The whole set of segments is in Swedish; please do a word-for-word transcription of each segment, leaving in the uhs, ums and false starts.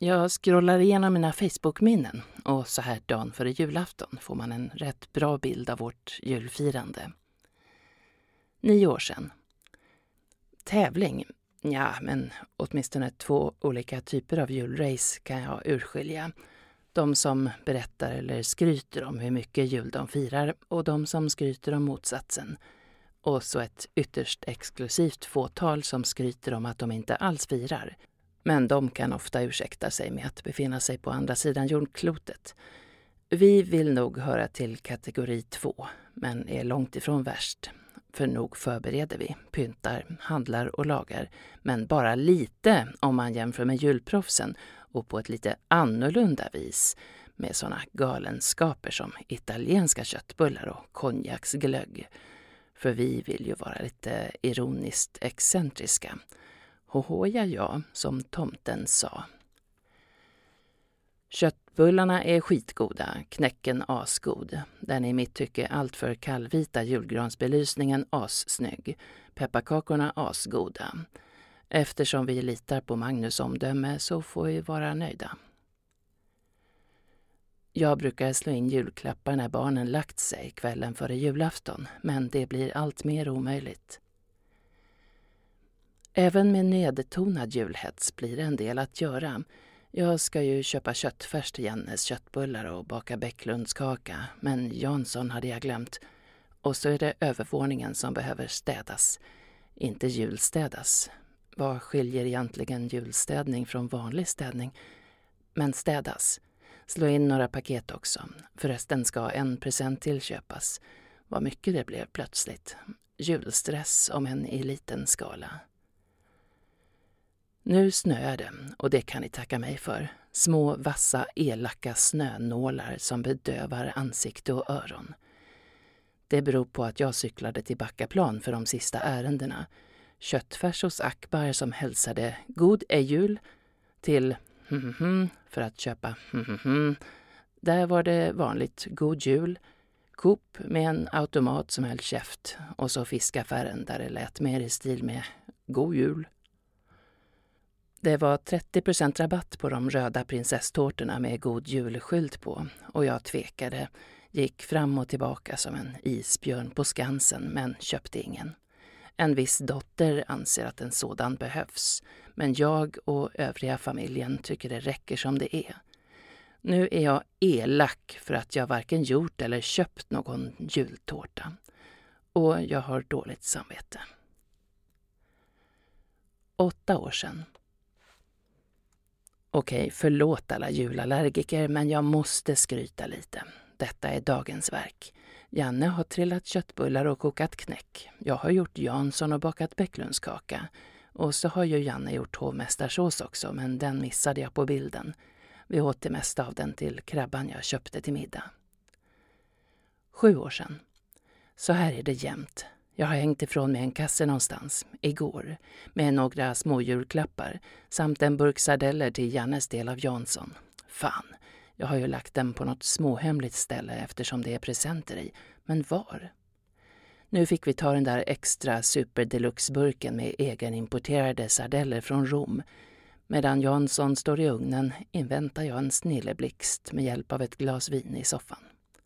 Jag scrollar igenom mina Facebook-minnen och så här dagen före julafton får man en rätt bra bild av vårt julfirande. Nio år sedan. Tävling? Ja, men åtminstone två olika typer av julrace kan jag urskilja. De som berättar eller skryter om hur mycket jul de firar och de som skryter om motsatsen. Och så ett ytterst exklusivt fåtal som skryter om att de inte alls firar. Men de kan ofta ursäkta sig med att befinna sig på andra sidan jordklotet. Vi vill nog höra till kategori två, men är långt ifrån värst. För nog förbereder vi, pyntar, handlar och lagar. Men bara lite om man jämför med julproffsen och på ett lite annorlunda vis. Med såna galenskaper som italienska köttbullar och konjaksglögg. För vi vill ju vara lite ironiskt excentriska. Hohoja ja, som tomten sa. Köttbullarna är skitgoda, knäcken asgod. Den i mitt tycke allt för kallvita julgransbelysningen assnygg. Pepparkakorna asgoda. Eftersom vi litar på Magnus omdöme så får vi vara nöjda. Jag brukar slå in julklappar när barnen lagt sig kvällen före julafton, men det blir allt mer omöjligt. Även med nedtonad julhets blir det en del att göra. Jag ska ju köpa köttfärs till Jannes köttbullar och baka bäcklundskaka, men Jansson hade jag glömt. Och så är det övervåningen som behöver städas. Inte julstädas. Vad skiljer egentligen julstädning från vanlig städning? Men städas. Slå in några paket också. Förresten ska en present tillköpas. Vad mycket det blev plötsligt. Julstress om en i liten skala. Nu snöar det och det kan ni tacka mig för. Små vassa elaka snönålar som bedövar ansikte och öron. Det beror på att jag cyklade till Backaplan för de sista ärendena. Köttfärs hos Akbar som hälsade god är jul till hm för att köpa hm. Där var det vanligt god jul. Coop med en automat som höll käft och så fiskaffären där det lät mer i stil med god jul. Det var trettio procent rabatt på de röda prinsesstårtorna med god julskylt på och jag tvekade, gick fram och tillbaka som en isbjörn på Skansen men köpte ingen. En viss dotter anser att en sådan behövs, men jag och övriga familjen tycker det räcker som det är. Nu är jag elak för att jag varken gjort eller köpt någon jultårta. Och jag har dåligt samvete. Åtta år sedan. Okej, förlåt alla julallergiker, men jag måste skryta lite. Detta är dagens verk. Janne har trillat köttbullar och kokat knäck. Jag har gjort Jansson och bakat bäcklundskaka. Och så har ju Janne gjort hovmästarsås också, men den missade jag på bilden. Vi åt det mesta av den till krabban jag köpte till middag. Sju år sedan. Så här är det jämt. Jag har hängt ifrån med en kasse någonstans, igår, med några små julklappar samt en burk sardeller till Jannes del av Jansson. Fan, jag har ju lagt den på något småhemligt ställe eftersom det är presenter i, men var? Nu fick vi ta den där extra super deluxe-burken med egenimporterade sardeller från Rom. Medan Jansson står i ugnen inväntar jag en snilleblixt med hjälp av ett glas vin i soffan.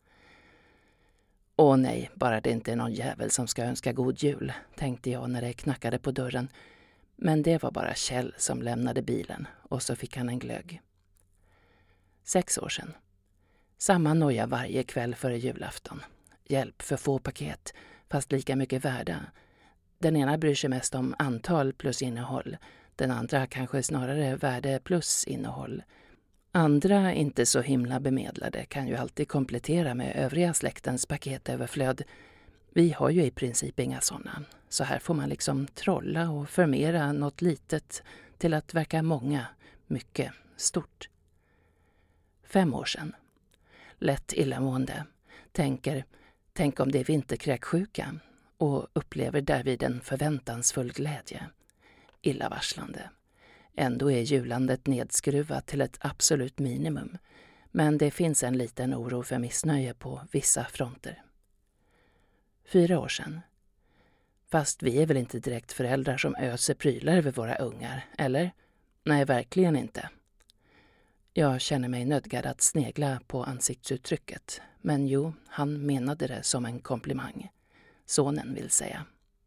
Åh nej, bara det inte är någon jävel som ska önska god jul, tänkte jag när det knackade på dörren. Men det var bara Kjell som lämnade bilen och så fick han en glögg. Sex år sedan. Samma noja varje kväll före julafton. Hjälp för få paket, fast lika mycket värda. Den ena bryr sig mest om antal plus innehåll. Den andra kanske snarare värde plus innehåll. Andra, inte så himla bemedlade, kan ju alltid komplettera med övriga släktens paketöverflöd. Vi har ju i princip inga sådana. Så här får man liksom trolla och förmera något litet till att verka många, mycket, stort. Fem år sedan. Lätt illamående. Tänker, tänk om det är vinterkräksjuka. Och upplever därvid en förväntansfull glädje. Illavarslande. Ändå är julandet nedskruvat till ett absolut minimum. Men det finns en liten oro för missnöje på vissa fronter. Fyra år sedan. Fast vi är väl inte direkt föräldrar som öser prylar över våra ungar, eller? Nej, verkligen inte. Jag känner mig nödgad att snegla på ansiktsuttrycket, men jo, han menade det som en komplimang. Sonen vill säga.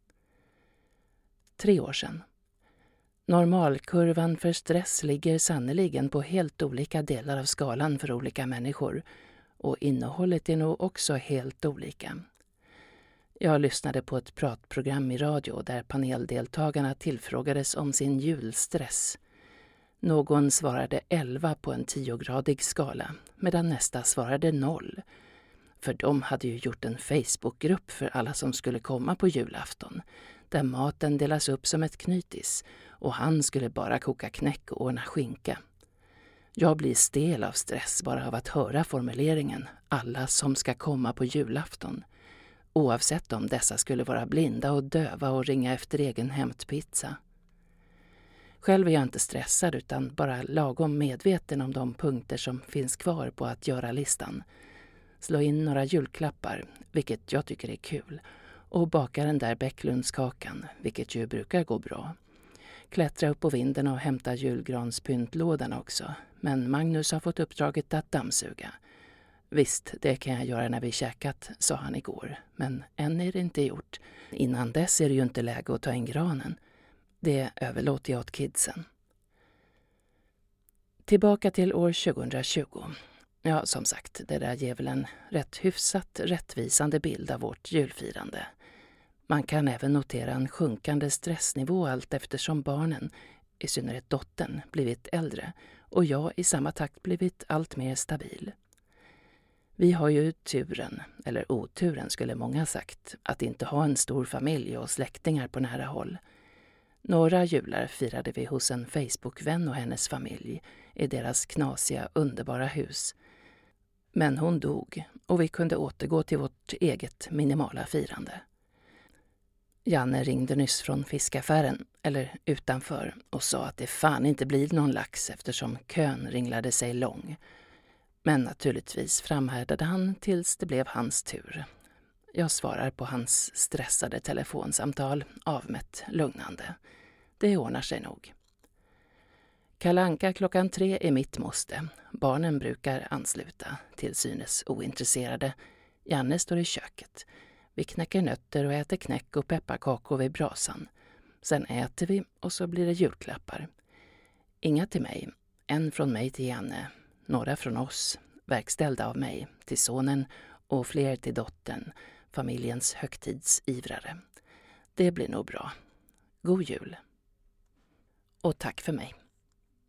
Tre år sedan. Normalkurvan för stress ligger sannoliken på helt olika delar av skalan för olika människor, och innehållet är nog också helt olika. Jag lyssnade på ett pratprogram i radio där paneldeltagarna tillfrågades om sin julstress. Någon svarade elva på en tiogradig skala, medan nästa svarade noll. För de hade ju gjort en Facebookgrupp för alla som skulle komma på julafton, där maten delas upp som ett knytis, och han skulle bara koka knäck och ordna skinka. Jag blir stel av stress bara av att höra formuleringen alla som ska komma på julafton, oavsett om dessa skulle vara blinda och döva och ringa efter egen hämtpizza. Själv är jag inte stressad utan bara lagom medveten om de punkter som finns kvar på att göra-listan. Slå in några julklappar, vilket jag tycker är kul, och baka den där Bäcklundskakan, vilket ju brukar gå bra. Klättra upp på vinden och hämta julgranspyntlådan också, men Magnus har fått uppdraget att dammsuga. Visst, det kan jag göra när vi käkat, sa han igår, men än är det inte gjort. Innan dess är det ju inte läge att ta in granen. Det överlåter jag åt kidsen. Tillbaka till år tjugohundratjugo. Ja, som sagt, det där ger väl en rätt hyfsat rättvisande bild av vårt julfirande. Man kan även notera en sjunkande stressnivå allt eftersom barnen, i synnerhet dottern, blivit äldre och jag i samma takt blivit allt mer stabil. Vi har ju turen, eller oturen skulle många sagt, att inte ha en stor familj och släktingar på nära håll. Några jular firade vi hos en Facebook-vän och hennes familj i deras knasiga, underbara hus. Men hon dog och vi kunde återgå till vårt eget minimala firande. Janne ringde nyss från fiskaffären, eller utanför, och sa att det fan inte blir någon lax eftersom kön ringlade sig lång. Men naturligtvis framhärdade han tills det blev hans tur. Jag svarar på hans stressade telefonsamtal, avmätt lugnande. Det ordnar sig nog. Kalle Anka klockan tre är mitt måste. Barnen brukar ansluta, till synes ointresserade. Janne står i köket. Vi knäcker nötter och äter knäck och pepparkakor vid brasan. Sen äter vi och så blir det julklappar. Inga till mig, en från mig till Janne, några från oss, verkställda av mig, till sonen och fler till dottern, familjens högtidsivrare. Det blir nog bra. God jul. Och tack för mig.